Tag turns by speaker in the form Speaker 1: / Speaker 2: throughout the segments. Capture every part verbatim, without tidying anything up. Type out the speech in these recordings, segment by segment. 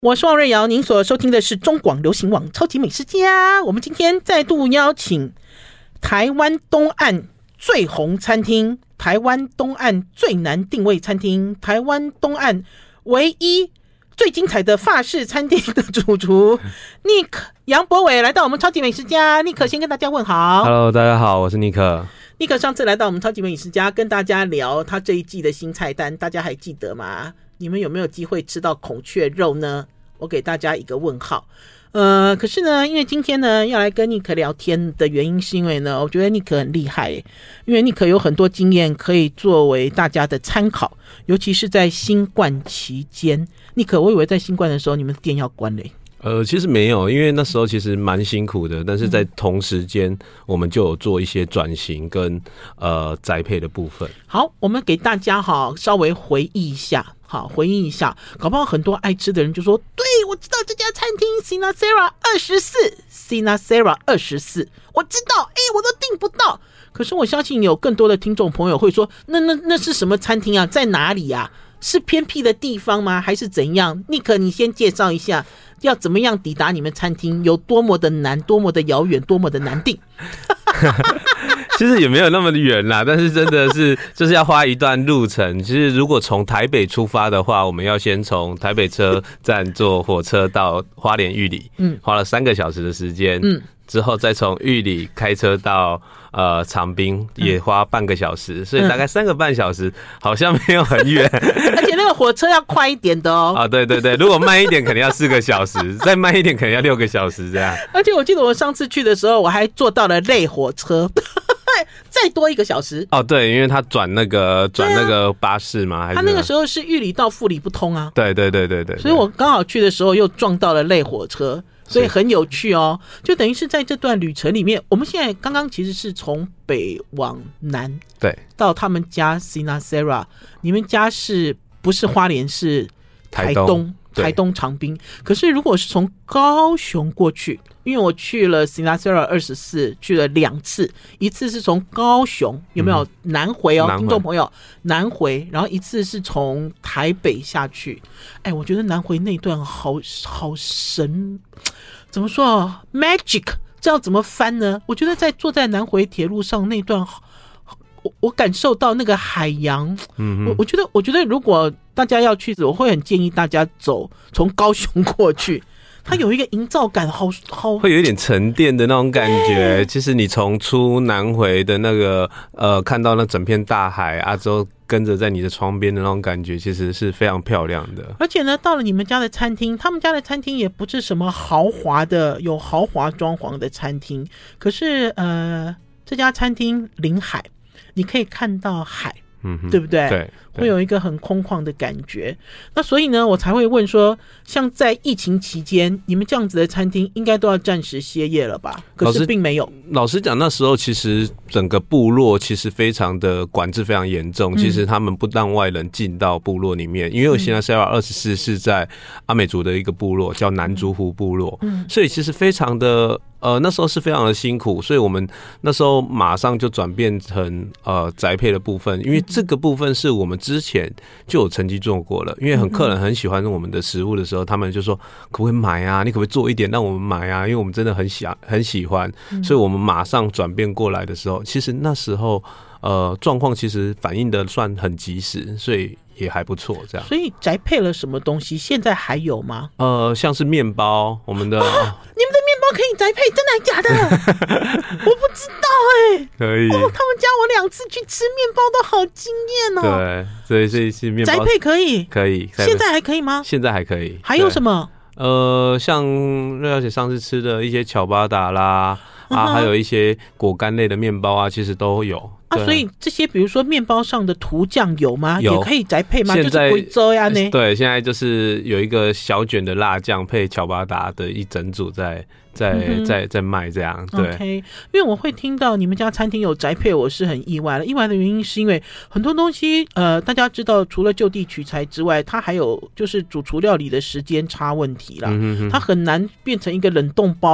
Speaker 1: 我是王瑞瑶，您所收听的是中广流行网超级美食家。我们今天再度邀请台湾东岸最红餐厅，台湾东岸最难定位餐厅，台湾东岸唯一最精彩的法式餐厅的主厨 Nick 杨博伟来到我们超级美食家。 Nick 先跟大家问好。
Speaker 2: Hello， 大家好，我是 Nick。
Speaker 1: Nick 上次来到我们超级美食家跟大家聊他这一季的新菜单，大家还记得吗？你们有没有机会吃到孔雀肉呢？我给大家一个问号。呃，可是呢，因为今天呢要来跟 Nick 聊天的原因是因为呢，我觉得 Nick 很厉害耶，因为 Nick 有很多经验可以作为大家的参考，尤其是在新冠期间。Nick， 我以为在新冠的时候你们店要关嘞。
Speaker 2: 呃，其实没有，因为那时候其实蛮辛苦的，但是在同时间我们就有做一些转型跟呃宅配的部分。
Speaker 1: 好，我们给大家哈稍微回忆一下，好回忆一下，搞不好很多爱吃的人就说，对，我知道这家餐厅 Sinasera 二十四 Sinasera 二十四，我知道，哎，我都订不到。可是我相信有更多的听众朋友会说，那那那是什么餐厅啊？在哪里啊？是偏僻的地方吗？还是怎样？ Nick 你先介绍一下，要怎么样抵达你们餐厅，有多么的难，多么的遥远，多么的难订。
Speaker 2: 其实也没有那么远啦，但是真的是就是要花一段路程。其实如果从台北出发的话，我们要先从台北车站坐火车到花莲玉里，嗯，花了三个小时的时间，嗯，之后再从玉里开车到呃长滨，也花半个小时，所以大概三个半小时，好像没有很远。
Speaker 1: 而且那个火车要快一点的哦。
Speaker 2: 啊，对对对，如果慢一点可能要四个小时，再慢一点可能要六个小时这样。
Speaker 1: 而且我记得我上次去的时候，我还坐到了类火车。再多一个小时
Speaker 2: 哦，对，因为他转那个转那个巴士嘛，还是
Speaker 1: 他那个时候是玉里到富里不通啊。
Speaker 2: 对对对对 对, 对，
Speaker 1: 所以我刚好去的时候又撞到了类火车，所以很有趣哦。就等于是在这段旅程里面，我们现在刚刚其实是从北往南，
Speaker 2: 对，
Speaker 1: 到他们家 Sinasera， 你们家是不是花莲是台东？台东台东长滨。可是如果是从高雄过去，因为我去了 Sinasera 二十四，去了两次，一次是从高雄，有没有南回哦？听众朋友，南回，然后一次是从台北下去。哎，我觉得南回那段好好神，怎么说啊 ？Magic， 这样怎么翻呢？我觉得在坐在南回铁路上那段。我, 我感受到那个海洋，嗯，我我觉得，我觉得如果大家要去，我会很建议大家走从高雄过去，它有一个营造感好，好
Speaker 2: 会有一点沉淀的那种感觉。其实你从出南回的那个呃，看到那整片大海啊，之后跟着在你的窗边的那种感觉，其实是非常漂亮的。
Speaker 1: 而且呢，到了你们家的餐厅，他们家的餐厅也不是什么豪华的、有豪华装潢的餐厅，可是呃，这家餐厅临海。你可以看到海，嗯，对不对？
Speaker 2: 对，
Speaker 1: 会有一个很空旷的感觉。那所以呢，我才会问说，像在疫情期间，你们这样子的餐厅应该都要暂时歇业了吧？可是并没有。
Speaker 2: 老实讲，那时候其实整个部落其实非常的管制非常严重，嗯、其实他们不让外人进到部落里面，因为我现在 Sinasera 二十四是在阿美族的一个部落，叫南竹湖部落，嗯，所以其实非常的。呃，那时候是非常的辛苦，所以我们那时候马上就转变成呃宅配的部分，因为这个部分是我们之前就有曾经做过了，因为很客人很喜欢我们的食物的时候，他们就说可不可以买啊？你可不可以做一点让我们买啊？因为我们真的很喜很喜欢，所以我们马上转变过来的时候，其实那时候呃状况其实反应的算很及时，所以。也还不错，这样。所
Speaker 1: 以宅配了什么东西？现在还有吗？
Speaker 2: 呃，像是面包，我们的、哦、
Speaker 1: 你们的面包可以宅配，真的还假的？我不知道哎、欸。
Speaker 2: 可以。哦，
Speaker 1: 他们家我两次去吃面包都好惊艳哦。
Speaker 2: 对，所以这些面包
Speaker 1: 宅配可以，
Speaker 2: 可以。
Speaker 1: 现在还可以吗？
Speaker 2: 现在还可以。
Speaker 1: 还有什么？
Speaker 2: 呃，像瑞小姐上次吃的一些巧巴达啦，嗯、啊，还有一些果干类的面包啊，其实都有。
Speaker 1: 啊，所以这些比如说面包上的涂酱有吗？有，也可以宅配吗？
Speaker 2: 现在
Speaker 1: 就是贵州呀呢。
Speaker 2: 对，现在就是有一个小卷的辣酱配巧巴达的一整组在在、嗯、在在卖这样。对
Speaker 1: ，OK， 因为我会听到你们家餐厅有宅配，我是很意外的。意外的原因是因为很多东西，呃，大家知道，除了就地取材之外，它还有就是主厨料理的时间差问题啦，嗯、它很难变成一个冷冻包。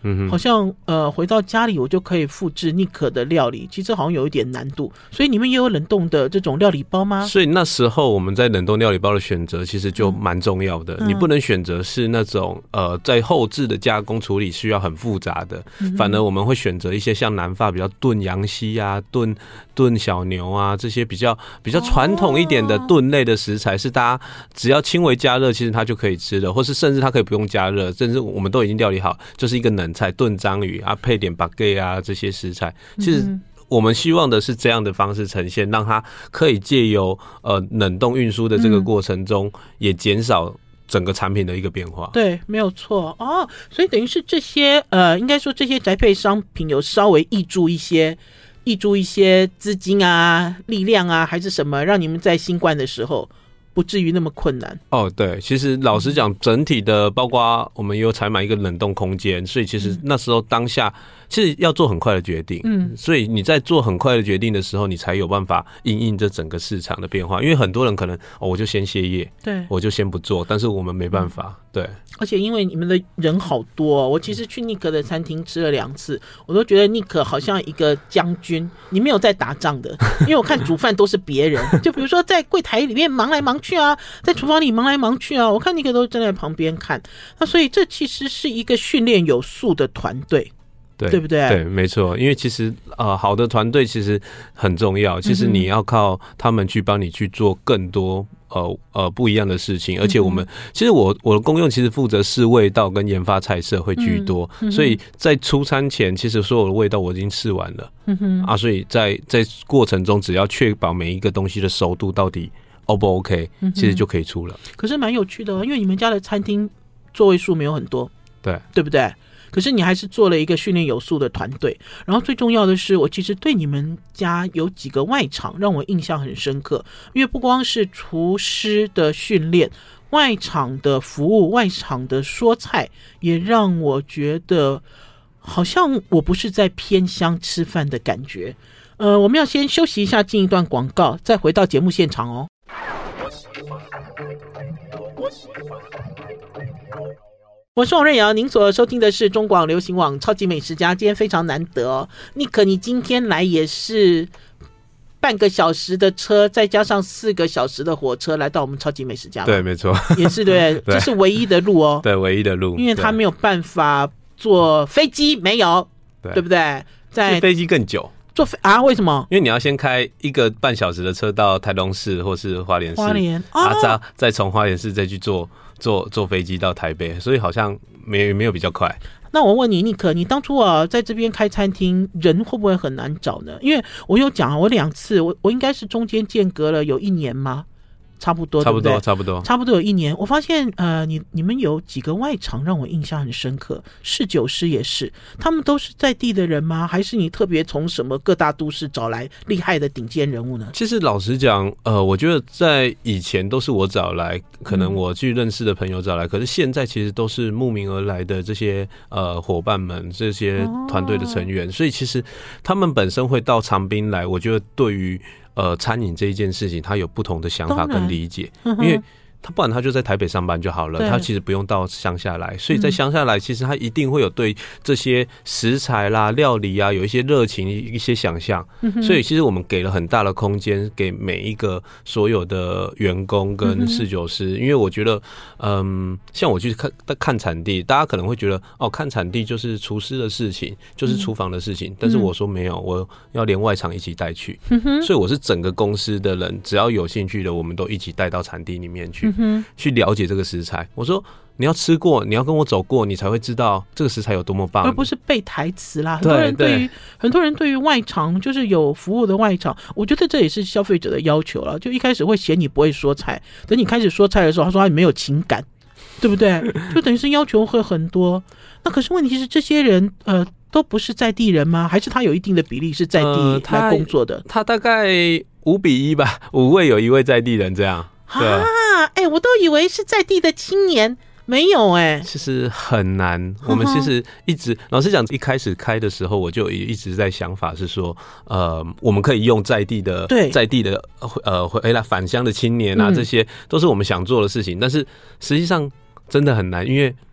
Speaker 1: 嗯、好像呃回到家里我就可以复制Nick的料理，其实好像有一点难度。所以你们也有冷冻的这种料理包吗？
Speaker 2: 所以那时候我们在冷冻料理包的选择其实就蛮重要的、嗯、你不能选择是那种呃在后置的加工处理需要很复杂的、嗯、反而我们会选择一些像南法比较炖羊膝啊、炖炖小牛啊，这些比较比较传统一点的炖类的食材，是大家只要轻微加热其实它就可以吃的，或是甚至它可以不用加热，甚至我们都已经料理好，就是一个冷菜炖章鱼啊，配点 baguette 啊这些食材。其实我们希望的是这样的方式呈现，让它可以借由呃冷冻运输的这个过程中，也减少整个产品的一个变化。
Speaker 1: 对，没有错哦。所以等于是这些呃，应该说这些宅配商品有稍微挹注一些。挹注一些资金啊、力量啊，还是什么，让你们在新冠的时候不至于那么困难。
Speaker 2: 哦，对，其实老实讲，整体的包括我们也有采买一个冷冻空间，所以其实那时候当下其实要做很快的决定，嗯，所以你在做很快的决定的时候，你才有办法因应这整个市场的变化。因为很多人可能哦，我就先歇业，对，我就先不做，但是我们没办法，对。
Speaker 1: 而且因为你们的人好多、哦，我其实去Nick的餐厅吃了两次，我都觉得Nick好像一个将军，你没有在打仗的，因为我看煮饭都是别人，就比如说在柜台里面忙来忙去啊，在厨房里忙来忙去啊，我看Nick都站在旁边看，那所以这其实是一个训练有素的团队。对，对不对？
Speaker 2: 对，没错。因为其实呃，好的团队其实很重要。其实你要靠他们去帮你去做更多呃呃不一样的事情。而且我们、嗯、其实我我的功用其实负责试味道跟研发菜色会居多，嗯嗯、所以在出餐前，其实所有的味道我已经试完了。嗯哼啊，所以在在过程中，只要确保每一个东西的熟度到底 O 不 OK，、嗯、其实就可以出了。
Speaker 1: 可是蛮有趣的、哦，因为你们家的餐厅座位数没有很多，
Speaker 2: 对，
Speaker 1: 对不对？可是你还是做了一个训练有素的团队，然后最重要的是，我其实对你们家有几个外场让我印象很深刻，因为不光是厨师的训练，外场的服务、外场的说菜，也让我觉得好像我不是在偏乡吃饭的感觉。呃，我们要先休息一下，进一段广告，再回到节目现场哦。我是王瑞瑶，您所收听的是中广流行网超级美食家。今天非常难得哦，Nick，你今天来也是半个小时的车，再加上四个小时的火车来到我们超级美食家。
Speaker 2: 对，没错，
Speaker 1: 也是 对, 对，这是唯一的路哦。
Speaker 2: 对，唯一的路，
Speaker 1: 因为他没有办法坐飞机，没有， 对, 对不对？在
Speaker 2: 飞机更久。
Speaker 1: 坐飞啊？为什么？
Speaker 2: 因为你要先开一个半小时的车到台东市或是花莲市，
Speaker 1: 花莲
Speaker 2: 啊，再再从花莲市再去坐坐坐飞机到台北，所以好像没没有比较快。
Speaker 1: 那我问你Nick，你当初啊在这边开餐厅，人会不会很难找呢？因为我有讲，我两次，我我应该是中间间隔了有一年吗？差不多，
Speaker 2: 差不多，
Speaker 1: 对不对？
Speaker 2: 差不多，
Speaker 1: 差不多有一年。我发现，呃，你你们有几个外场让我印象很深刻，侍酒师也是，他们都是在地的人吗？还是你特别从什么各大都市找来厉害的顶尖人物呢？
Speaker 2: 其实老实讲，呃，我觉得在以前都是我找来，可能我去认识的朋友找来，嗯、可是现在其实都是慕名而来的这些呃伙伴们，这些团队的成员，哦、所以其实他们本身会到长滨来，我觉得对于呃，餐饮这一件事情，他有不同的想法跟理解，因为他不然他就在台北上班就好了，他其实不用到乡下来，所以在乡下来，其实他一定会有对这些食材啦、料理啊有一些热情、一些想象，嗯、所以其实我们给了很大的空间给每一个所有的员工跟侍酒师，嗯、因为我觉得，嗯，像我去看看产地，大家可能会觉得哦，看产地就是厨师的事情，就是厨房的事情，嗯、但是我说没有，我要连外场一起带去，嗯、所以我是整个公司的人，只要有兴趣的，我们都一起带到产地里面去。嗯、去了解这个食材，我说你要吃过，你要跟我走过，你才会知道这个食材有多么棒，
Speaker 1: 而不是背台词啦。很多人对于很多人对于外场就是有服务的外场，我觉得这也是消费者的要求了。就一开始会嫌你不会说菜，等你开始说菜的时候，他说他没有情感，对不对？就等于是要求会很多。那可是问题是，这些人呃都不是在地人吗？还是他有一定的比例是在地来工作的？呃、
Speaker 2: 他, 他大概五比一吧，五位有一位在地人这样。
Speaker 1: 啊，哎、欸，我都以为是在地的青年，没有哎、欸，
Speaker 2: 其实很难。我们其实一直，老实讲，一开始开的时候，我就一直在想法是说，呃，我们可以用在地的，在地的，呃，回来返乡的青年啊，嗯、这些都是我们想做的事情。但是实际上真的很难，因为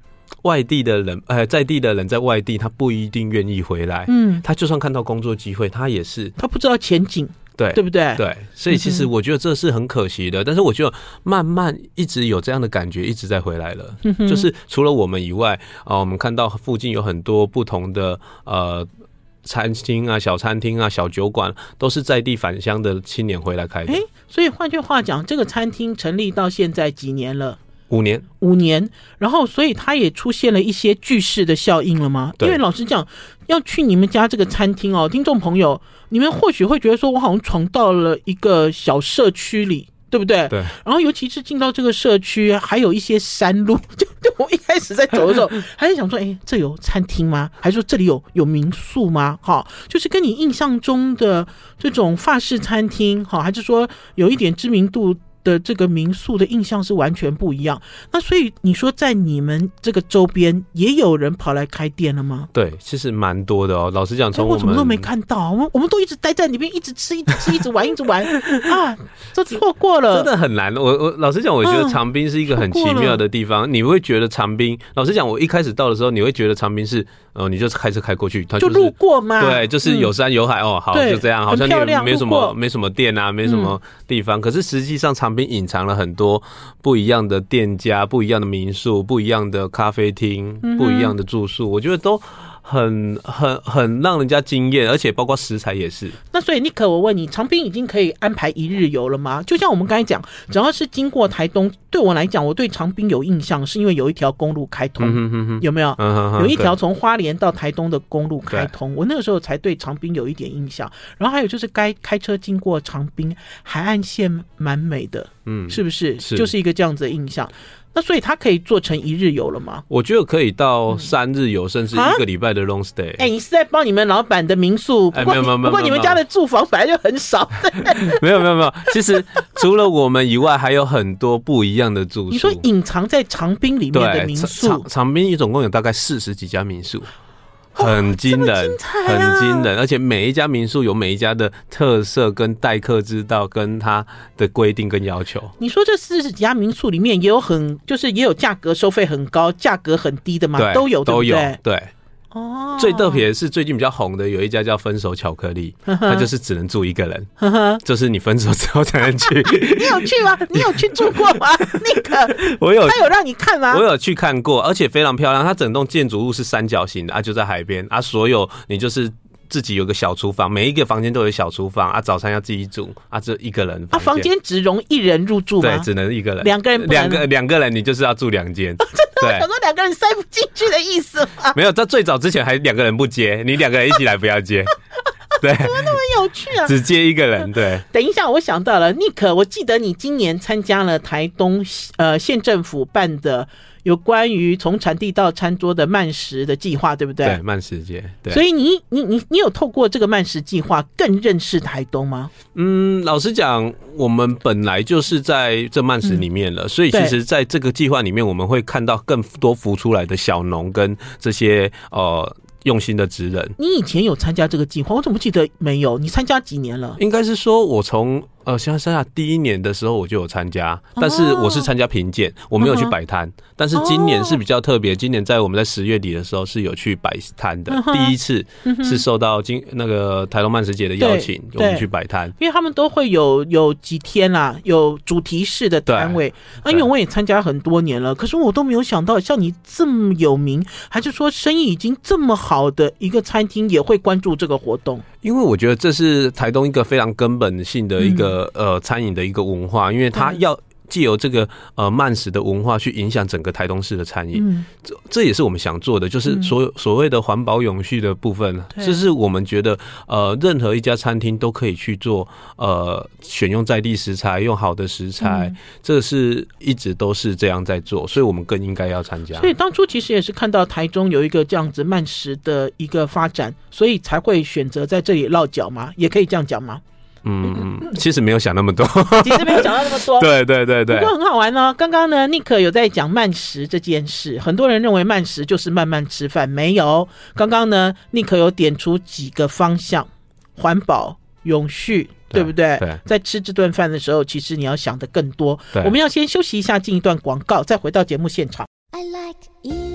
Speaker 2: 外地的人，呃，在地的人在外地，他不一定愿意回来。嗯，他就算看到工作机会，他也是
Speaker 1: 他不知道前景。对，对不对？
Speaker 2: 对，所以其实我觉得这是很可惜的，嗯、但是我觉得慢慢一直有这样的感觉，一直在回来了。嗯、就是除了我们以外，啊、呃，我们看到附近有很多不同的呃餐厅啊、小餐厅啊、小酒馆，都是在地返乡的青年回来开的。哎，
Speaker 1: 所以换句话讲，这个餐厅成立到现在几年了？
Speaker 2: 五年，
Speaker 1: 五年，然后所以它也出现了一些巨噬的效应了吗？因为老实讲，要去你们家这个餐厅哦，听众朋友，你们或许会觉得说，我好像闯到了一个小社区里，对不对？
Speaker 2: 对。
Speaker 1: 然后尤其是进到这个社区，还有一些山路，就就我一开始在走的时候，还在想说，哎，这有餐厅吗？还是说这里有有民宿吗？哈，就是跟你印象中的这种法式餐厅，哈，还是说有一点知名度的这个民宿的印象是完全不一样。那所以你说在你们这个周边也有人跑来开店了吗？
Speaker 2: 对，其实蛮多的哦。老实讲，从我们、
Speaker 1: 欸、我怎么都没看到，我们我们都一直待在里面，一直吃，一直吃，一直玩，一直玩啊，这错过了，
Speaker 2: 真的很难。我我老实讲，我觉得长滨是一个很奇妙的地方。嗯、你会觉得长滨，老实讲，我一开始到的时候，你会觉得长滨是，呃，你就是开车开过去，它、就是、
Speaker 1: 就路过嘛，
Speaker 2: 对，就是有山有海、嗯、哦，好，就这样，好像也没什么没什么店啊，没什么地方。嗯、可是实际上长滨隐藏了很多不一样的店家、不一样的民宿、不一样的咖啡厅、嗯、不一样的住宿，我觉得都很很很让人家惊艳，而且包括食材也是。
Speaker 1: 那所以尼克，我问你，长滨已经可以安排一日游了吗？就像我们刚才讲，只要是经过台东，对我来讲，我对长滨有印象，是因为有一条公路开通，嗯、哼哼有没有？嗯、哼哼有一条从花莲到台东的公路开通，我那个时候才对长滨有一点印象。然后还有就是该开车经过长滨海岸线，蛮美的，嗯，是不是？是，就是一个这样子的印象。那所以它可以做成一日游了吗？
Speaker 2: 我觉得可以到三日游，嗯、甚至一个礼拜的 long stay。
Speaker 1: 哎、欸，你是在帮你们老板的民宿？不过、欸、没有没有没有。不过你们家的住房本来就很少。
Speaker 2: 没有没有没有。其实除了我们以外，还有很多不一样的住宿。
Speaker 1: 你说隐藏在长滨里面的民宿？
Speaker 2: 长长滨总共有大概四十几家民宿。很惊人，哦啊、很惊人，而且每一家民宿有每一家的特色、跟待客之道、跟它的规定跟要求。
Speaker 1: 你说这四十几家民宿里面也有很，就是也有价格收费很高、价格很低的吗？
Speaker 2: 对，
Speaker 1: 都有，
Speaker 2: 都有，
Speaker 1: 对不对？
Speaker 2: 对。哦，最特别的是最近比较红的有一家叫分手巧克力，它就是只能住一个人，就是你分手之后才能去。
Speaker 1: 你有去吗？你有去住过吗？那个
Speaker 2: 我有，
Speaker 1: 他有让你看吗？
Speaker 2: 我有去看过，而且非常漂亮。它整栋建筑物是三角形的啊，就在海边啊，所有你就是自己有个小厨房，每一个房间都有小厨房啊，早餐要自己煮啊，只有一个人
Speaker 1: 啊，房间只容一人入住吗？
Speaker 2: 对，只能一个人，
Speaker 1: 两个人，
Speaker 2: 两个两个人，你就是要住两间。
Speaker 1: 对，我想说两个人塞不进去的意思吗？
Speaker 2: 没有，在最早之前还两个人不接，你两个人一起来不要接。对，
Speaker 1: 怎么那么有趣啊？
Speaker 2: 只接一个人，对。
Speaker 1: 等一下，我想到了，尼克，我记得你今年参加了台东呃县政府办的有关于从产地到餐桌的慢食的计划，对不对？
Speaker 2: 对，慢食节。对，
Speaker 1: 所以你你你你有透过这个慢食计划更认识台东吗？
Speaker 2: 嗯，老实讲，我们本来就是在这慢食里面了，嗯、所以其实在这个计划里面，我们会看到更多浮出来的小农跟这些呃。用心的职人。
Speaker 1: 你以前有参加这个计划？我怎么记得没有？你参加几年了？
Speaker 2: 应该是说我从呃，像剩下第一年的时候我就有参加，但是我是参加评鉴，我没有去摆摊。但是今年是比较特别，今年在我们在十月底的时候是有去摆摊的，第一次是受到今那个台东慢食节的邀请，我们去摆摊，
Speaker 1: 因为他们都会有有几天啦，有主题式的摊位。啊，因为我也参加很多年了，可是我都没有想到像你这么有名，还是说生意已经这么好的一个餐厅也会关注这个活动。
Speaker 2: 因为我觉得这是台东一个非常根本性的一个、嗯、呃餐饮的一个文化，因为它要藉由这个呃慢食的文化去影响整个台东市的餐饮，嗯、这这也是我们想做的，就是所所谓的环保永续的部分，这、嗯、是我们觉得呃任何一家餐厅都可以去做，呃选用在地食材，用好的食材，嗯、这是一直都是这样在做，所以我们更应该要参加。
Speaker 1: 所以当初其实也是看到台中有一个这样子慢食的一个发展，所以才会选择在这里落脚吗？也可以这样讲吗？
Speaker 2: 嗯，其实没有想那么多，
Speaker 1: 其实没有想到那么多。
Speaker 2: 对对对对，
Speaker 1: 不过很好玩哦。刚刚呢，尼克有在讲慢食这件事，很多人认为慢食就是慢慢吃饭，没有。刚刚呢，尼克有点出几个方向：环保、永续，对不对？对，在吃这顿饭的时候，其实你要想的更多。我们要先休息一下，进一段广告，再回到节目现场。I like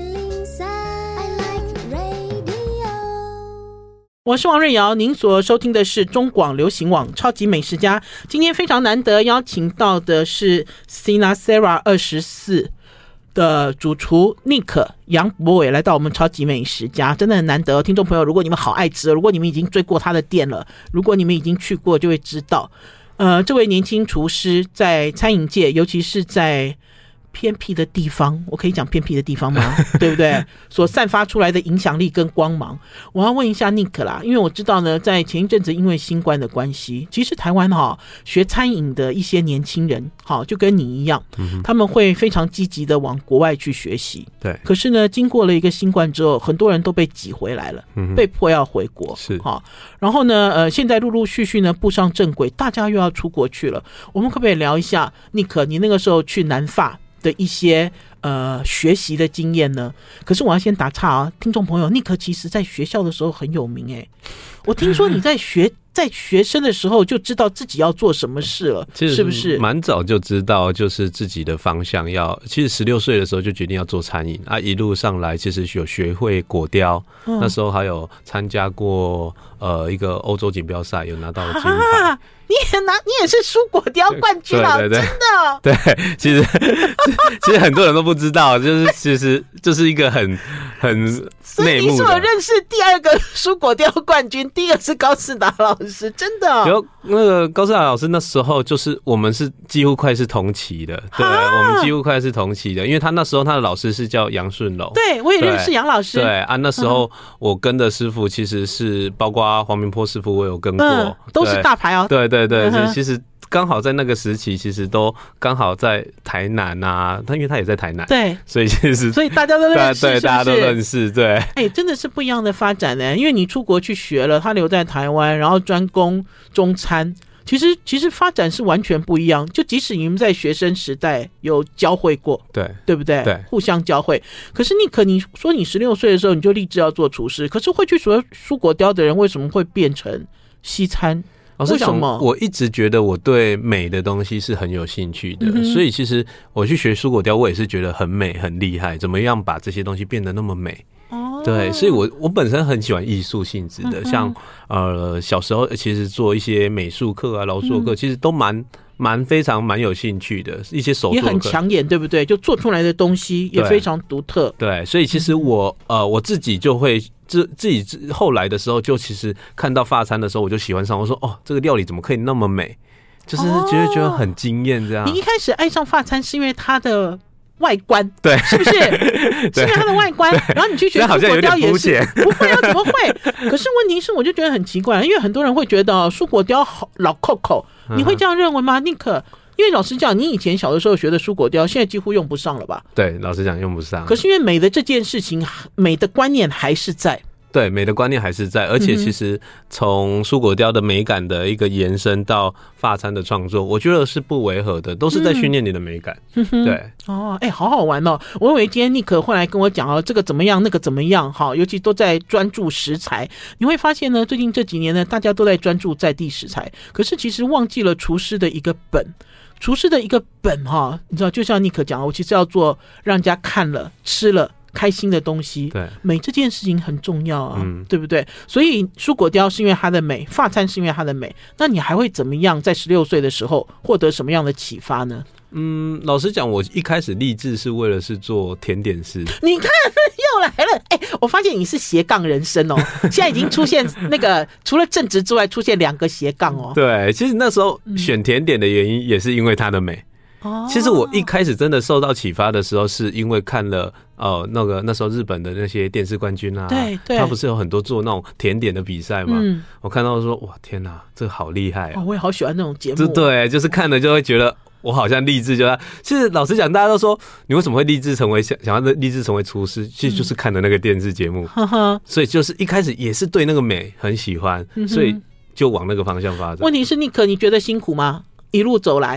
Speaker 3: I like radio。
Speaker 1: 我是王瑞瑶，您所收听的是中广流行网超级美食家。今天非常难得邀请到的是 Sinasera 二十四的主厨 Nick 杨博伟来到我们超级美食家，真的很难得。听众朋友，如果你们好爱吃，如果你们已经追过他的店了，如果你们已经去过，就会知道，呃，这位年轻厨师在餐饮界，尤其是在偏僻的地方，我可以讲偏僻的地方吗？对不对？所散发出来的影响力跟光芒，我要问一下 Nick 啦，因为我知道呢，在前一阵子因为新冠的关系，其实台湾哈、哦、学餐饮的一些年轻人，好就跟你一样，嗯、他们会非常积极的往国外去学习。
Speaker 2: 对。
Speaker 1: 可是呢，经过了一个新冠之后，很多人都被挤回来了，嗯、被迫要回国。
Speaker 2: 是。
Speaker 1: 好，然后呢，呃，现在陆陆续续呢步上正轨，大家又要出国去了。我们可不可以聊一下 Nick 你那个时候去南法的一些呃学习的经验呢？可是我要先打岔啊，听众朋友 ，Nick 其实在学校的时候很有名哎、欸，我听说你在学在学生的时候就知道自己要做什么事了，是不是？
Speaker 2: 蛮早就知道，就是自己的方向要。其实十六岁的时候就决定要做餐饮啊，一路上来其实有学会果雕，嗯、那时候还有参加过呃一个欧洲锦标赛，有拿到了金牌。啊
Speaker 1: 你也拿，你也是蔬果雕冠军啊！
Speaker 2: 对对对，
Speaker 1: 真的。
Speaker 2: 对，其实其实很多人都不知道，就是其实就是一个很很内幕的。
Speaker 1: 所以你是我认识第二个蔬果雕冠军，第一个是高士达老师，真的。
Speaker 2: 然后那个高士达老师那时候就是我们是几乎快是同期的，对，我们几乎快是同期的，因为他那时候他的老师是叫杨顺楼，
Speaker 1: 对我也认识杨老师。
Speaker 2: 对啊，那时候我跟的师傅其实是包括黄明波师傅，我有跟过，嗯、
Speaker 1: 都是大牌哦。
Speaker 2: 对对。对对，嗯、其实刚好在那个时期，其实都刚好在台南啊，他因为他也在台南，
Speaker 1: 对，
Speaker 2: 所以其实
Speaker 1: 所以大家都认识，
Speaker 2: 对，大家都认识，对。
Speaker 1: 哎、欸，真的是不一样的发展呢、欸，因为你出国去学了，他留在台湾，然后专攻中餐，其实其实发展是完全不一样。就即使你们在学生时代有交汇过，
Speaker 2: 对，
Speaker 1: 对不对？
Speaker 2: 对，
Speaker 1: 互相交汇。可是你可你说你十六岁的时候你就立志要做厨师，可是会去学蔬果雕的人，为什么会变成西餐？
Speaker 2: 老实讲，我一直觉得我对美的东西是很有兴趣的，嗯、所以其实我去学蔬果雕，我也是觉得很美、很厉害，怎么样把这些东西变得那么美？哦，对，所以我我本身很喜欢艺术性质的，嗯、像呃小时候其实做一些美术课啊、劳作课，嗯、其实都蛮。蛮非常蛮有兴趣的一些手作，也
Speaker 1: 很抢眼，对不对？就做出来的东西也非常独特。
Speaker 2: 对，对，所以其实我呃我自己就会自自己后来的时候，就其实看到法餐的时候，我就喜欢上。我说哦，这个料理怎么可以那么美？就是觉得觉得很惊艳这样。
Speaker 1: 你一开始爱上法餐是因为它的外观，
Speaker 2: 对，
Speaker 1: 是不是？是因为它的外观，然后你去学蔬果雕也是，不会啊，怎么会？可是问题是，我就觉得很奇怪，因为很多人会觉得蔬果雕好老扣扣，你会这样认为吗 ，Nick？因为老实讲，你以前小的时候学的蔬果雕，现在几乎用不上了吧？
Speaker 2: 对，老实讲用不上。
Speaker 1: 可是因为美的这件事情，美的观念还是在。
Speaker 2: 对，美的观念还是在，而且其实从蔬果雕的美感的一个延伸到法餐的创作，我觉得是不违和的，都是在训练你的美感。嗯、对，
Speaker 1: 哦，哎、欸，好好玩哦！我以为今天 Nick 会来跟我讲哦，这个怎么样，那个怎么样，哈，尤其都在专注食材。你会发现呢，最近这几年呢，大家都在专注在地食材，可是其实忘记了厨师的一个本。厨师的一个本哈，你知道，就像 Nick 讲，我其实要做让人家看了吃了开心的东西，
Speaker 2: 对，
Speaker 1: 美这件事情很重要啊，嗯、对不对？所以蔬果雕是因为它的美，法餐是因为它的美，那你还会怎么样在十六岁的时候获得什么样的启发呢？
Speaker 2: 嗯，老实讲，我一开始立志是为了是做甜点师。
Speaker 1: 你看又来了，哎、欸，我发现你是斜杠人生哦，现在已经出现那个除了正职之外，出现两个斜杠哦。
Speaker 2: 对，其实那时候选甜点的原因也是因为它的美。哦，其实我一开始真的受到启发的时候，是因为看了呃那个那时候日本的那些电视冠军啊，
Speaker 1: 对对，
Speaker 2: 他不是有很多做那种甜点的比赛嘛？嗯，我看到说哇天哪，这个好厉害啊！
Speaker 1: 哦，我也好喜欢那种节目。
Speaker 2: 对，就是看了就会觉得。我好像立志就要，其实老实讲，大家都说你为什么会立志成为想想要立志成为厨师，其实就是看的那个电视节目，嗯、所以就是一开始也是对那个美很喜欢，嗯、所以就往那个方向发展。
Speaker 1: 问题是 Nick， 你觉得辛苦吗？一路走来，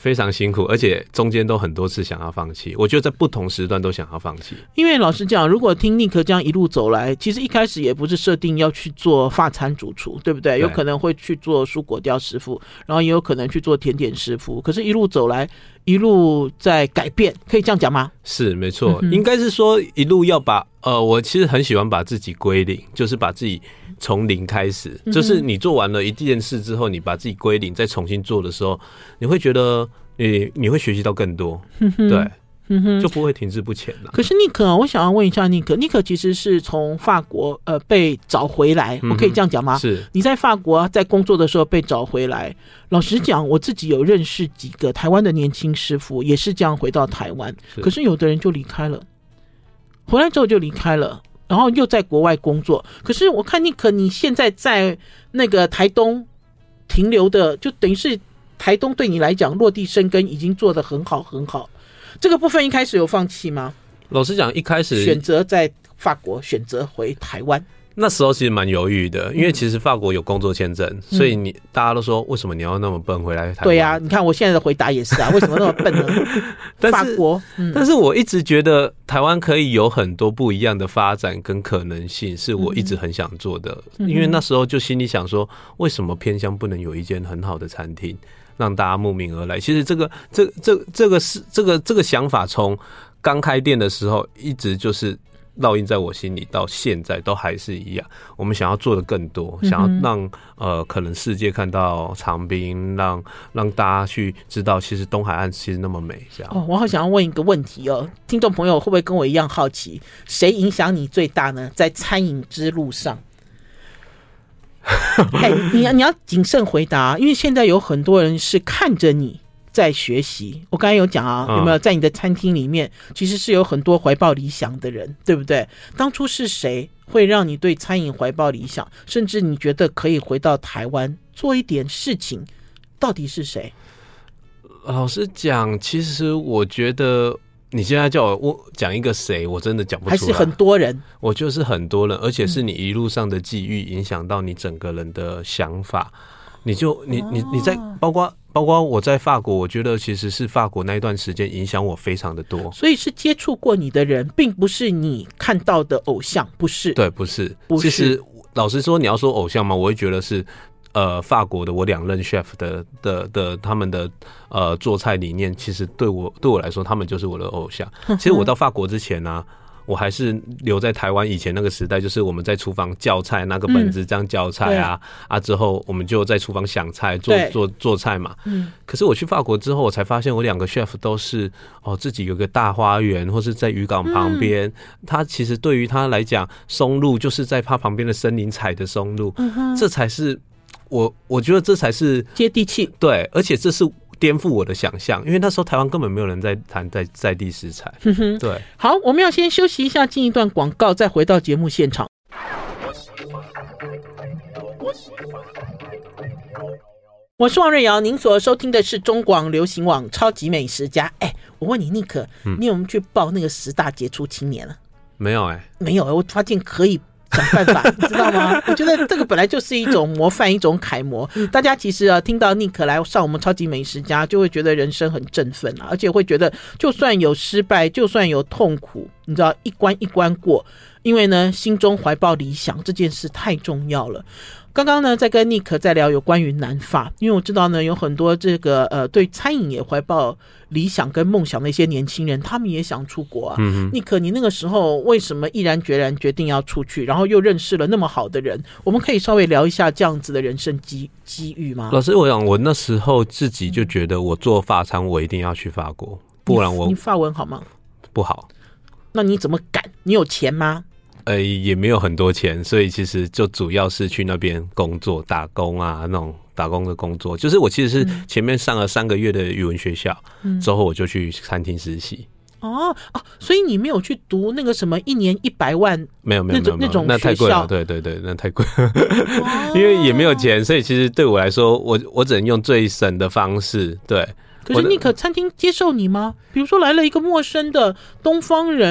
Speaker 2: 非常辛苦，而且中间都很多次想要放弃。我觉得在不同时段都想要放弃。
Speaker 1: 因为老实讲，如果听尼克这样一路走来，其实一开始也不是设定要去做法餐主厨，对不对？
Speaker 2: 对，
Speaker 1: 有可能会去做蔬果雕师傅，然后也有可能去做甜点师傅。可是，一路走来，一路在改变，可以这样讲吗？
Speaker 2: 是，没错，
Speaker 1: 嗯、
Speaker 2: 应该是说一路要把呃，我其实很喜欢把自己归零，就是把自己从零开始，嗯、就是你做完了一件事之后，你把自己归零，再重新做的时候，你会觉得你你会学习到更多，
Speaker 1: 嗯、
Speaker 2: 对。
Speaker 1: 嗯、
Speaker 2: 就不会停滞不前了。
Speaker 1: 可是尼克、啊，我想要问一下尼克，尼克其实是从法国呃被找回来，我可以这样讲吗？
Speaker 2: 是
Speaker 1: 你在法国在工作的时候被找回来。老实讲，我自己有认识几个台湾的年轻师傅，也是这样回到台湾，可是有的人就离开了，回来之后就离开了，然后又在国外工作。可是我看尼克，你现在在那个台东停留的，就等于是台东对你来讲落地生根，已经做得很好很好。这个部分一开始有放弃吗？
Speaker 2: 老实讲，一开始
Speaker 1: 选择在法国，选择回台湾。
Speaker 2: 那时候其实蛮犹豫的，因为其实法国有工作签证，嗯、所以你大家都说为什么你要那么笨回来台湾？
Speaker 1: 对啊，你看我现在的回答也是啊，为什么那么笨呢？
Speaker 2: 但是
Speaker 1: 法国、嗯，
Speaker 2: 但是我一直觉得台湾可以有很多不一样的发展跟可能性，是我一直很想做的。嗯、因为那时候就心里想说，为什么偏乡不能有一间很好的餐厅？让大家慕名而来。其实这个这这这个是这个这个想法，从刚开店的时候一直就是烙印在我心里，到现在都还是一样。我们想要做的更多，想要让呃可能世界看到长滨，让让大家去知道，其实东海岸其实那么美。这样
Speaker 1: 哦，我好想要问一个问题哦，听众朋友会不会跟我一样好奇，谁影响你最大呢？在餐饮之路上？hey, 你, 你要谨慎回答，因为现在有很多人是看着你在学习。我刚才有讲啊，有没有在你的餐厅里面其实是有很多怀抱理想的人，对不对？当初是谁会让你对餐饮怀抱理想，甚至你觉得可以回到台湾做一点事情？到底是谁？
Speaker 2: 老实讲，其实我觉得你现在叫我讲一个谁，我真的讲不出来。
Speaker 1: 还是很多人，
Speaker 2: 我就是很多人，而且是你一路上的际遇影响到你整个人的想法。你就你你你在包括包括我在法国，我觉得其实是法国那一段时间影响我非常的多。
Speaker 1: 所以是接触过你的人，并不是你看到的偶像，不是？
Speaker 2: 对，不是。
Speaker 1: 不是。
Speaker 2: 其实老实说，你要说偶像嘛，我会觉得是。呃，法国的我两任 chef 的的的他们的呃做菜理念，其实对我对我来说，他们就是我的偶像。其实我到法国之前呢、啊，我还是留在台湾以前那个时代，就是我们在厨房教菜，拿个本子这样教菜啊、嗯、啊，之后我们就在厨房想菜做做做菜嘛。嗯。可是我去法国之后，我才发现我两个 chef 都是哦自己有个大花园，或是在渔港旁边。嗯、他其实对于他来讲，松露就是在他旁边的森林采的松露，嗯、这才是。我我觉得这才是
Speaker 1: 接地气，
Speaker 2: 对，而且这是颠覆我的想象，因为那时候台湾根本没有人在谈在在地食材。对，
Speaker 1: 好，我们要先休息一下，进一段广告，再回到节目现场。我是王瑞瑶，您所收听的是中广流行网超级美食家。哎，我问你，尼克，嗯、你有没有去报那个十大杰出青年了？
Speaker 2: 没有哎、欸，
Speaker 1: 没有、欸，我发现可以。想办法，你知道吗？我觉得这个本来就是一种模范，一种楷模。大家其实啊，听到尼克来上我们超级美食家，就会觉得人生很振奋啊，而且会觉得就算有失败，就算有痛苦，你知道一关一关过，因为呢，心中怀抱理想这件事太重要了。刚刚呢，在跟尼克在聊有关于南法，因为我知道呢，有很多这个呃对餐饮也怀抱理想跟梦想的一些年轻人，他们也想出国啊。嗯、尼克，你那个时候为什么毅然决然决定要出去，然后又认识了那么好的人？我们可以稍微聊一下这样子的人生机机遇吗？
Speaker 2: 老师，我想我那时候自己就觉得，我做法餐，我一定要去法国，不然我
Speaker 1: 你, 你法文好吗？
Speaker 2: 不好。
Speaker 1: 那你怎么赶？你有钱吗？
Speaker 2: 呃，也没有很多钱，所以其实就主要是去那边工作、打工啊，那种打工的工作。就是我其实是前面上了三个月的语文学校，嗯、之后我就去餐厅实习。
Speaker 1: 哦哦，所以你没有去读那个什么一年一百万？
Speaker 2: 没有没有没有那种
Speaker 1: 那
Speaker 2: 太贵了，对对对，那太贵了，哦、因为也没有钱，所以其实对我来说，我我只能用最省的方式。对，
Speaker 1: 可是尼克餐厅接受你吗？比如说来了一个陌生的东方人。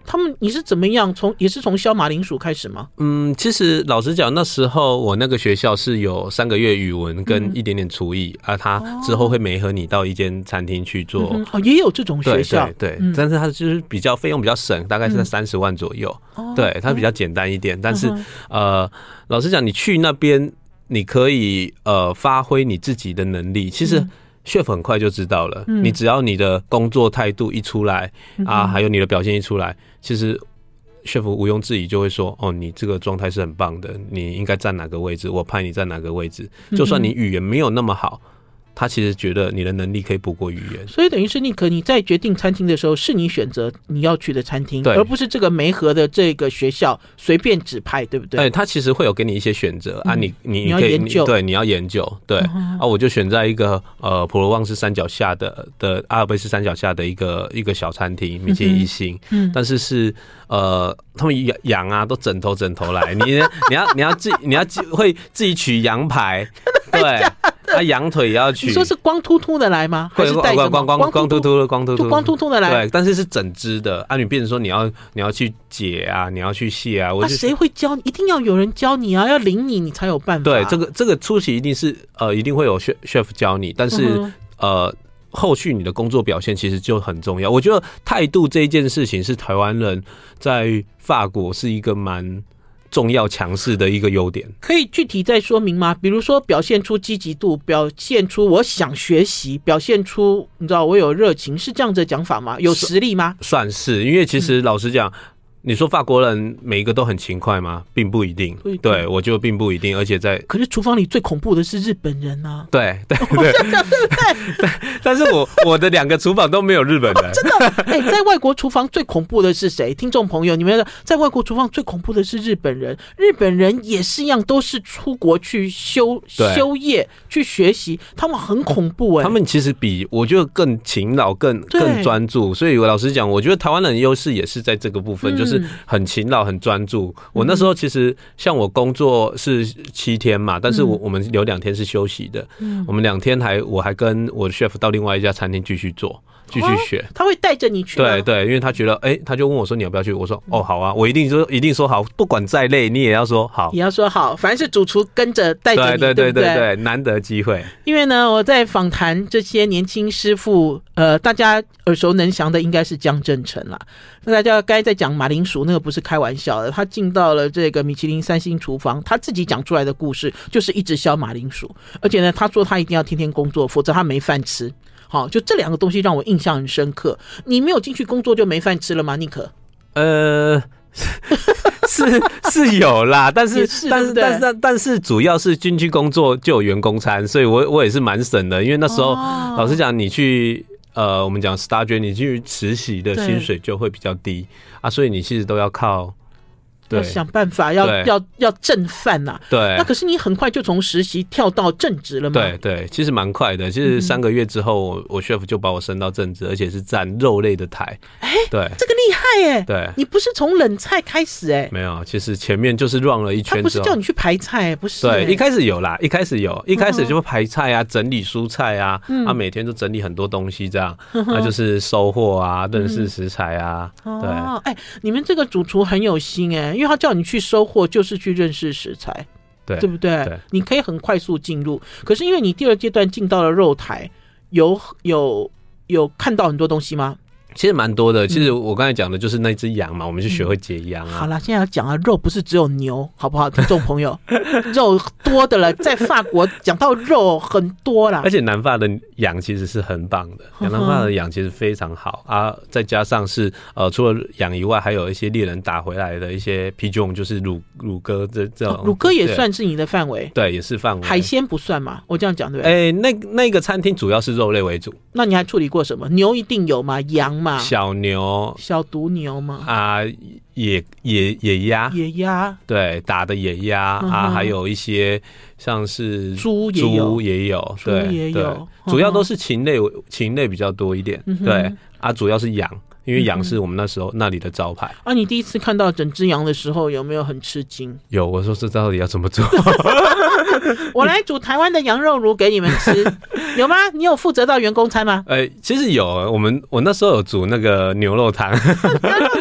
Speaker 1: 他们你是怎么样从也是从削马铃薯开始吗？
Speaker 2: 嗯，其实老实讲，那时候我那个学校是有三个月语文跟一点点厨艺、嗯、啊，他之后会媒合你到一间餐厅去做、
Speaker 1: 嗯、哦，也有这种学校，
Speaker 2: 对对对、嗯，但是它就是比较费用比较省，大概是在三十万左右、嗯，对，它比较简单一点，但是、嗯、呃，老实讲，你去那边你可以呃发挥你自己的能力，其实。嗯chef 很快就知道了、嗯，你只要你的工作态度一出来、嗯、啊，还有你的表现一出来，其实 chef 毋庸置疑就会说，哦，你这个状态是很棒的，你应该站哪个位置，我派你站哪个位置，就算你语言没有那么好。他其实觉得你的能力可以补过语言，
Speaker 1: 所以等于是你可你在决定餐厅的时候，是你选择你要去的餐厅，而不是这个媒合的这个学校随便指派，对不对？
Speaker 2: 哎，他其实会有给你一些选择、嗯、啊，你你
Speaker 1: 你要研究，
Speaker 2: 对，你要研究，对、嗯、啊，我就选在一个呃普罗旺斯山脚下的的阿尔卑斯山脚下的一个一个小餐厅，米其林一星，嗯，但是是呃他们羊啊都整头整头来，你你要你要自你要会自己取羊排，对。啊，羊腿也要取。
Speaker 1: 你说是光秃秃的来吗？还是带
Speaker 2: 光光光光秃秃的光秃秃？
Speaker 1: 光秃秃的来。
Speaker 2: 对，但是是整只的。啊，你变成说你要你要去解啊，你要去卸啊。我
Speaker 1: 那谁会教你？一定要有人教你啊，要领你，你才有办法。
Speaker 2: 对，这个这个初期一定是呃，一定会有 chef 教你，但是、嗯、呃，后续你的工作表现其实就很重要。我觉得态度这一件事情是台湾人在法国是一个蛮。重要强势的一个优点，
Speaker 1: 可以具体再说明吗？比如说表现出积极度，表现出我想学习，表现出你知道我有热情，是这样子的讲法吗？有实力吗？
Speaker 2: 算是，因为其实老实讲。嗯你说法国人每一个都很勤快吗？并不一定。对，我觉得并不一定，而且在
Speaker 1: 可是厨房里最恐怖的是日本人啊！
Speaker 2: 对对对对，但是我我的两个厨房都没有日本人，哦、
Speaker 1: 真的。哎、欸，在外国厨房最恐怖的是谁？听众朋友，你们在外国厨房最恐怖的是日本人。日本人也是一样，都是出国去修修业去学习，他们很恐怖哎、欸。
Speaker 2: 他们其实比我觉得更勤劳、更更专注。所以我老实讲，我觉得台湾人的优势也是在这个部分，嗯、就是。很勤劳很专注，我那时候其实像我工作是七天嘛，但是我我们有两天是休息的，嗯、我们两天还我还跟我的 chef 到另外一家餐厅继续做。继续学、哦，他
Speaker 1: 会带着你去。
Speaker 2: 对对，因为他觉得，哎、欸，他就问我说：“你要不要去？”我说：“哦，好啊，我一定说，一定说好，不管再累，你也要说好。”
Speaker 1: 也要说好，反正是主厨跟着带着你，
Speaker 2: 对对对对
Speaker 1: 对,
Speaker 2: 对, 对，难得机会。
Speaker 1: 因为呢，我在访谈这些年轻师傅，呃，大家耳熟能详的应该是江振成啦。那大家刚才在讲马铃薯，那个不是开玩笑的，他进到了这个米其林三星厨房，他自己讲出来的故事就是一直削马铃薯，而且呢，他说他一定要天天工作，否则他没饭吃。好，就这两个东西让我印象很深刻。你没有进去工作就没饭吃了吗？尼克？
Speaker 2: 呃，是是有啦，但是
Speaker 1: 是
Speaker 2: 但是但是但但是主要是进去工作就有员工餐，所以我我也是蛮省的，因为那时候、哦、老实讲，你去呃我们讲 Star J， 你去实习的薪水就会比较低啊，所以你其实都要靠。
Speaker 1: 要想办法要要要挣饭呐、啊，
Speaker 2: 对。
Speaker 1: 那可是你很快就从实习跳到正职了吗？
Speaker 2: 对对，其实蛮快的。其实三个月之后，我我 chef 就把我升到正职，而且是站肉类的台。
Speaker 1: 哎、欸，
Speaker 2: 对，
Speaker 1: 这个厉害哎、欸。
Speaker 2: 对，
Speaker 1: 你不是从冷菜开始哎、欸？
Speaker 2: 没有，其实前面就是 run 了一圈之后。他
Speaker 1: 不是叫你去排菜、欸，不是、欸？
Speaker 2: 对，一开始有啦，一开始有，一开始就排菜啊，整理蔬菜啊，嗯、啊，每天都整理很多东西这样，那、啊、就是收货啊，认识食材啊。嗯、对，
Speaker 1: 哎、欸，你们这个主厨很有心哎、欸，因为他叫你去收。收获就是去认识食材，
Speaker 2: 对
Speaker 1: 对不对？
Speaker 2: 对，
Speaker 1: 你可以很快速进入，可是因为你第二阶段进到了肉台，有有有看到很多东西吗？
Speaker 2: 其实蛮多的。其实我刚才讲的就是那只羊嘛，我们就学会解羊啊。
Speaker 1: 好啦，现在要讲啊，肉不是只有牛，好不好，听众朋友？肉多的了，在法国讲到肉很多啦。
Speaker 2: 而且南法的羊其实是很棒的，南法的羊其实非常好啊。再加上是呃，除了羊以外，还有一些猎人打回来的一些皮种，就是乳乳鸽这这种。
Speaker 1: 乳鸽也算是你的范围，
Speaker 2: 对，也是范围。
Speaker 1: 海鲜不算嘛？我这样讲对不对？
Speaker 2: 哎、欸，那那个餐厅主要是肉类为主。
Speaker 1: 那你还处理过什么？牛一定有吗？羊吗？
Speaker 2: 小牛、
Speaker 1: 小毒牛吗？
Speaker 2: 啊，野野野鸭、
Speaker 1: 野鸭，
Speaker 2: 对，打的野鸭、嗯、啊，还有一些像是
Speaker 1: 猪也有，
Speaker 2: 猪也有，对，
Speaker 1: 也有，嗯、
Speaker 2: 主要都是禽类，禽类比较多一点，嗯、对啊，主要是羊。因为羊是我们那时候那里的招牌、
Speaker 1: 嗯、啊！你第一次看到整只羊的时候，有没有很吃惊？
Speaker 2: 有，我说这到底要怎么做？
Speaker 1: 我来煮台湾的羊肉炉给你们吃，有吗？你有负责到员工餐吗？
Speaker 2: 呃，其实有，我们我那时候有煮那个牛肉汤，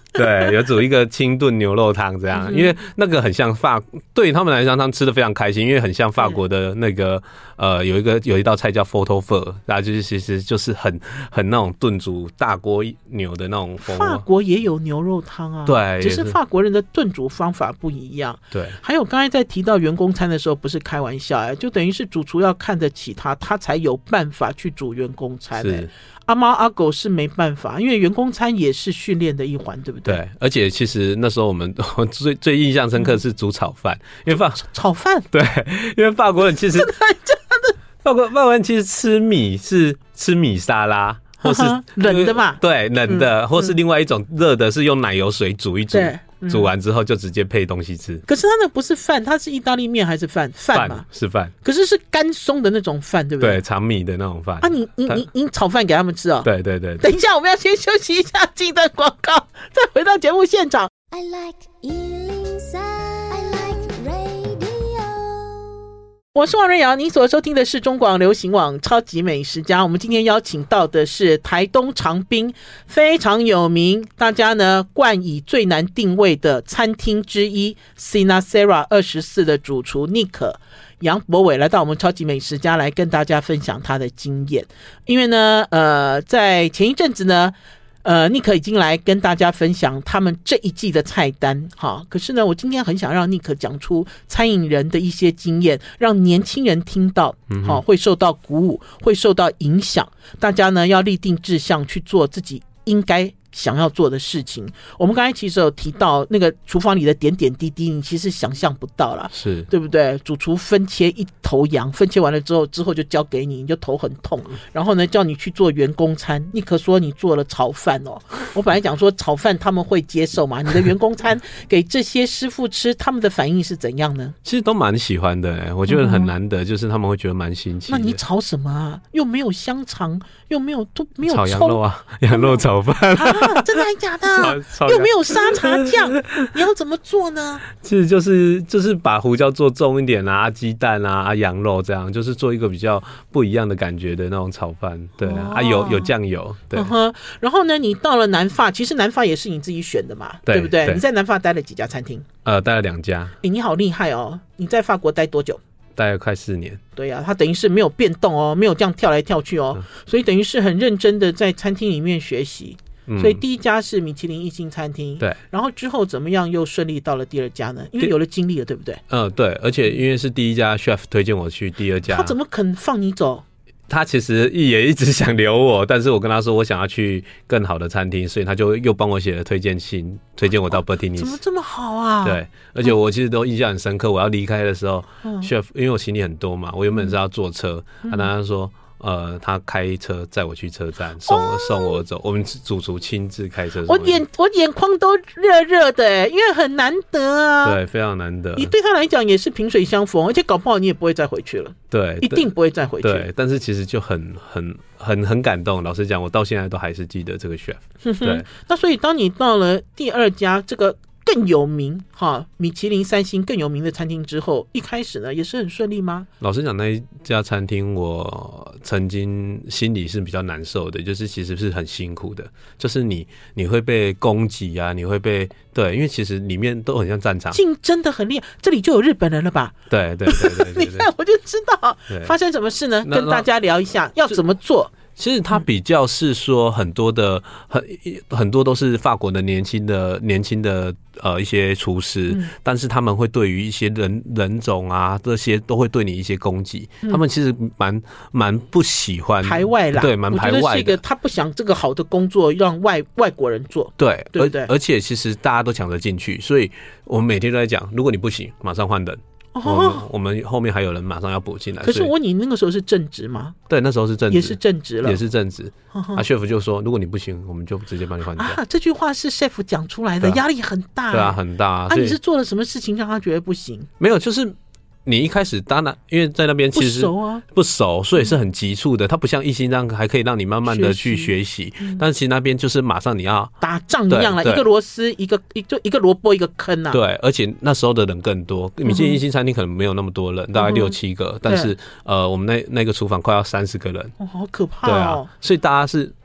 Speaker 2: 对，有煮一个清炖牛肉汤这样，因为那个很像法，对他们来讲，他们吃的非常开心，因为很像法国的那个呃，有一个有一道菜叫 Photo Fur， 然后就是其实就是很很那种炖煮大锅牛的那种风味。
Speaker 1: 法国也有牛肉汤啊，
Speaker 2: 对，
Speaker 1: 只是法国人的炖煮方法不一样。
Speaker 2: 对，
Speaker 1: 还有刚才在提到员工餐的时候，不是开玩笑哎，就等于是主厨要看得起他，他才有办法去煮员工餐哎。阿猫阿狗是没办法，因为员工餐也是训练的一环，对不对？
Speaker 2: 对，而且其实那时候我们最最印象深刻是煮炒饭，因为法
Speaker 1: 炒饭，
Speaker 2: 对，因为法国人其实
Speaker 1: 真的假的？
Speaker 2: 法国法国人其实吃米是吃米沙拉，或是
Speaker 1: 冷的嘛，
Speaker 2: 对，冷的，嗯、或是另外一种热的，是用奶油水煮一煮。
Speaker 1: 嗯、
Speaker 2: 煮完之后就直接配东西吃。
Speaker 1: 可是它那不是饭，它是意大利面还是饭？饭嘛，
Speaker 2: 是饭。
Speaker 1: 可是是干松的那种饭，对不对？
Speaker 2: 对，长米的那种饭。
Speaker 1: 啊你，你你你你炒饭给他们吃哦？
Speaker 2: 对对 对,
Speaker 1: 对。等一下，我们要先休息一下，进段广告，再回到节目现场。
Speaker 3: I like 一零三 I like radio。
Speaker 1: 我是王瑞瑶，你所收听的是中广流行网超级美食家。我们今天邀请到的是台东长滨非常有名，大家呢冠以最难定位的餐厅之一 Sinasera 二十四的主厨 Nick 杨博伟来到我们超级美食家来跟大家分享他的经验。因为呢呃，在前一阵子呢呃，尼克已经来跟大家分享他们这一季的菜单哈。可是呢，我今天很想让尼克讲出餐饮人的一些经验，让年轻人听到，好、嗯、会受到鼓舞，会受到影响。大家呢要立定志向去做自己应该想要做的事情。我们刚才其实有提到那个厨房里的点点滴滴，你其实想象不到啦，
Speaker 2: 是对
Speaker 1: 不对？主厨分切一头羊，分切完了之后，之后就交给你，你就头很痛，然后呢叫你去做员工餐。你可说你做了炒饭哦，我本来讲说炒饭他们会接受嘛，你的员工餐给这些师傅吃，他们的反应是怎样呢？
Speaker 2: 其实都蛮喜欢的，我觉得很难得，嗯、就是他们会觉得蛮新奇的。
Speaker 1: 那你炒什么啊？又没有香肠，又没有都没有
Speaker 2: 炒羊肉啊，羊肉炒饭。
Speaker 1: 啊，真的还假的？又没有沙茶酱，你要怎么做呢？
Speaker 2: 其实就是就是把胡椒做重一点啊，鸡蛋啊，啊羊肉这样，就是做一个比较不一样的感觉的那种炒饭。对、哦、啊，有有酱油，对、
Speaker 1: 嗯。然后呢，你到了南法，其实南法也是你自己选的嘛， 对, 对不对？对，你在南法待了几家餐厅？
Speaker 2: 呃，待了两家。
Speaker 1: 欸，你好厉害哦！你在法国待多久？
Speaker 2: 大概快四年。
Speaker 1: 对啊，他等于是没有变动哦，没有这样跳来跳去哦，嗯、所以等于是很认真的在餐厅里面学习。所以第一家是米其林一星餐厅，对，然后之后怎么样又顺利到了第二家呢？因为有了经历了，对不对？
Speaker 2: 嗯，对，而且因为是第一家 chef 推荐我去第二家，
Speaker 1: 他怎么肯放你走？
Speaker 2: 他其实也一直想留我，但是我跟他说我想要去更好的餐厅，所以他就又帮我写了推荐信，推荐我到 Bertinis。怎
Speaker 1: 么这么好啊？
Speaker 2: 对，而且我其实都印象很深刻。我要离开的时候、嗯、，chef 因为我行李很多嘛，我原本是要坐车，嗯、他当时说。呃，他开车载我去车站，送、哦、送我走。我们主厨亲自开车。
Speaker 1: 我眼我眼眶都热热的哎，因为很难得啊。
Speaker 2: 对，非常难得。
Speaker 1: 你对他来讲也是萍水相逢，而且搞不好你也不会再回去了。
Speaker 2: 对，
Speaker 1: 一定不会再回去。
Speaker 2: 对，但是其实就很很很很感动。老实讲，我到现在都还是记得这个 chef。对，
Speaker 1: 那所以当你到了第二家这个更有名哈米其林三星更有名的餐厅之后，一开始呢也是很顺利吗？
Speaker 2: 老实讲，那一家餐厅我曾经心里是比较难受的，就是其实是很辛苦的，就是你你会被攻击啊，你会被对，因为其实里面都很像战场，
Speaker 1: 竞争的很厉害。这里就有日本人了吧？
Speaker 2: 对对对 对, 对, 对, 对，
Speaker 1: 你看我就知道发生什么事呢？跟大家聊一下要怎么做。
Speaker 2: 其实它比较是说很多的很很多都是法国的年轻的年轻的呃一些厨师、嗯，但是他们会对于一些人人种啊这些都会对你一些攻击，嗯、他们其实蛮蛮不喜欢
Speaker 1: 排外啦，
Speaker 2: 对，蛮排外的。我觉得
Speaker 1: 是一个他不想这个好的工作让外外国人做，
Speaker 2: 对，
Speaker 1: 对不对？
Speaker 2: 而且其实大家都抢着进去，所以我们每天都在讲，如果你不行，马上换人。哦、我, 们我们后面还有人马上要补进来。
Speaker 1: 可是我问你，那个时候是正职吗？
Speaker 2: 对，那时候是正职，
Speaker 1: 也是正职了，
Speaker 2: 也是正职。啊 ，chef 就说，如果你不行，我们就直接帮你换掉。
Speaker 1: 啊，这句话是 chef 讲出来的，压、啊、力很大。
Speaker 2: 对啊，很大啊。
Speaker 1: 啊，你是做了什么事情让他觉得不行？
Speaker 2: 没有，就是。你一开始当然因为在那边其实
Speaker 1: 不熟啊，
Speaker 2: 不熟，所以是很急促的。它不像一星这样还可以让你慢慢的去学习，嗯、但是其实那边就是马上你要
Speaker 1: 打仗一样了，一个螺丝一个一就一个萝卜一个坑啊。
Speaker 2: 对，而且那时候的人更多，米其林一星餐厅可能没有那么多人，嗯、大概六七个，但是呃，我们那那个厨房快要三十个人，
Speaker 1: 哦，好可怕哦。
Speaker 2: 对啊，所以大家是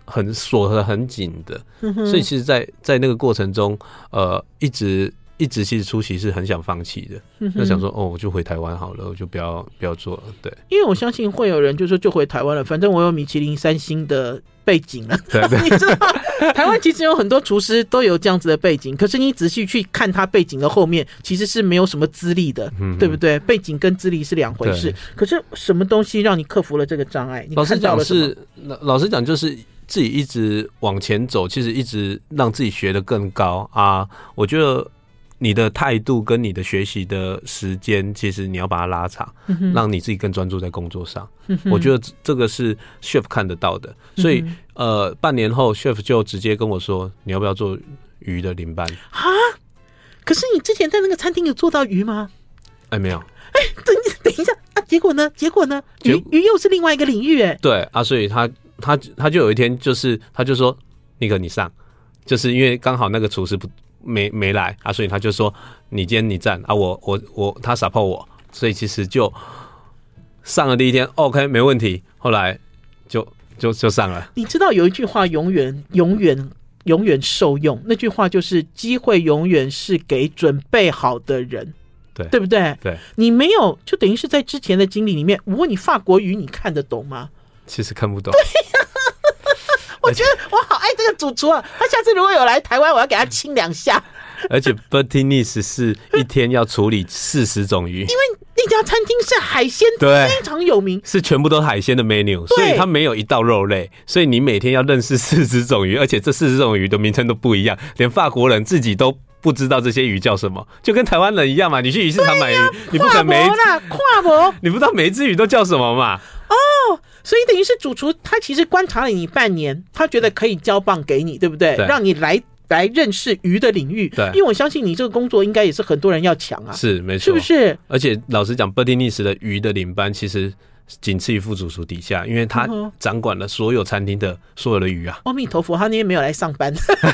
Speaker 2: 很锁得很紧的，所以其实在，在那个过程中，呃，一直一直其实初期是很想放弃的，就想说哦，我就回台湾好了，我就不要不要做了。对，
Speaker 1: 因为我相信会有人就说就回台湾了，反正我有米其林三星的背景了。
Speaker 2: 对对，
Speaker 1: 你知道，台湾其实有很多厨师都有这样子的背景，可是你仔细去看他背景的后面，其实是没有什么资历的，嗯、对不对？背景跟资历是两回事。可是什么东西让你克服了这个障碍？你看到了什么？
Speaker 2: 老实讲是，老实讲就是自己一直往前走，其实一直让自己学得更高啊。我觉得你的态度跟你的学习的时间，其实你要把它拉长，嗯、让你自己更专注在工作上。嗯、我觉得这个是 chef 看得到的，所以、嗯、呃，半年后 chef 就直接跟我说，你要不要做鱼的领班
Speaker 1: 啊？可是你之前在那个餐厅有做到鱼吗？
Speaker 2: 哎，没有。
Speaker 1: 哎，等等一下啊！结果呢？结果呢？鱼鱼又是另外一个领域哎。
Speaker 2: 对啊，所以他他他就有一天就是他就说，那个你上，就是因为刚好那个厨师不。没没来啊，所以他就说你今天你站啊，我我我他 support 我，所以其实就上了第一天 OK 没问题，后来就就就上了。
Speaker 1: 你知道有一句话永远永远永远受用，那句话就是机会永远是给准备好的人，
Speaker 2: 对
Speaker 1: 对不对？
Speaker 2: 对，
Speaker 1: 你没有就等于是在之前的经历里面，我问你法国语你看得懂吗？
Speaker 2: 其实看不懂。
Speaker 1: 对呀、啊，我觉得我好爱这个主厨啊！他下次如果有来台湾，我要给他亲两下。
Speaker 2: 而且 Bertinis 是一天要处理四十种鱼，因
Speaker 1: 为那家餐厅是海鲜非常有名，
Speaker 2: 是全部都是海鲜的 menu， 所以它没有一道肉类，所以你每天要认识四十种鱼，而且这四十种鱼的名称都不一样，连法国人自己都不知道这些鱼叫什么，就跟台湾人一样嘛。你去鱼市场买鱼，啊、你不可能每
Speaker 1: 跨国，
Speaker 2: 你不知道每一只鱼都叫什么嘛？
Speaker 1: 哦，所以等于是主厨他其实观察了你半年，他觉得可以交棒给你，对不对？对，让你来。来认识鱼的领域，对，因为我相信你这个工作应该也是很多人要抢啊，
Speaker 2: 是没错，
Speaker 1: 是不是？
Speaker 2: 而且老实讲 ，Bertinis 的鱼的领班其实仅次于副主厨底下，因为他掌管了所有餐厅的所有的鱼啊。
Speaker 1: 阿弥陀佛，他那天没有来上班。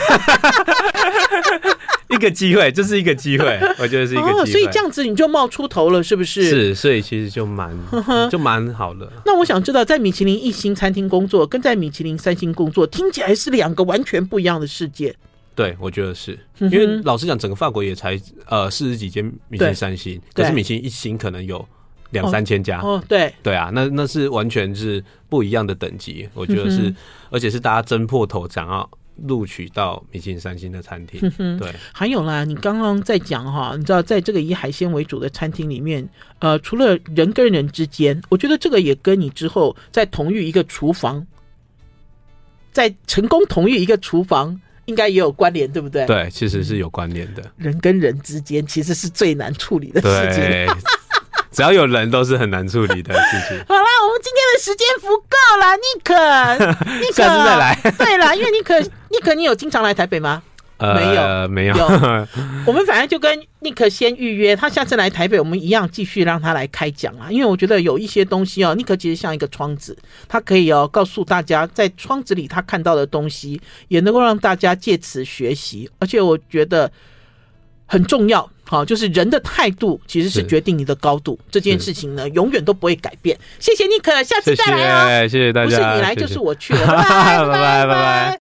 Speaker 2: 一个机会，这是一个机会，我觉得是一个机会、哦。
Speaker 1: 所以这样子你就冒出头了，是不是？
Speaker 2: 是，所以其实就蛮就蛮好的。
Speaker 1: 那我想知道，在米其林一星餐厅工作，跟在米其林三星工作，听起来是两个完全不一样的世界。
Speaker 2: 对，我觉得是，因为老实讲，整个法国也才呃四十几间米其林三星，可是米其林一星可能有两三千家。
Speaker 1: 哦，对，
Speaker 2: 对啊，那那是完全是不一样的等级，我觉得是，嗯、而且是大家争破头想要录取到米其林三星的餐厅。嗯、对，
Speaker 1: 还有啦，你刚刚在讲哈，你知道，在这个以海鲜为主的餐厅里面，呃，除了人跟人之间，我觉得这个也跟你之后在同育一个厨房，在成功同育一个厨房。应该也有关联，对不对？
Speaker 2: 对，其实是有关联的。
Speaker 1: 人跟人之间其实是最难处理的事情。
Speaker 2: 对，只要有人都是很难处理的事情。
Speaker 1: 好啦，我们今天的时间不够了，尼克，尼克，
Speaker 2: 下次再来。
Speaker 1: 对啦，因为尼克，尼克，你有经常来台北吗？
Speaker 2: 呃、没有，没有。
Speaker 1: 有我们反正就跟尼克先预约，他下次来台北，我们一样继续让他来开讲啊。因为我觉得有一些东西哦，尼克其实像一个窗子，他可以哦告诉大家，在窗子里他看到的东西，也能够让大家借此学习。而且我觉得很重要，好，就是人的态度其实是决定你的高度。这件事情呢，永远都不会改变。谢谢尼克，下次再来哦。
Speaker 2: 谢谢，谢谢大家。
Speaker 1: 不是你来就是我去了，拜拜拜拜拜拜。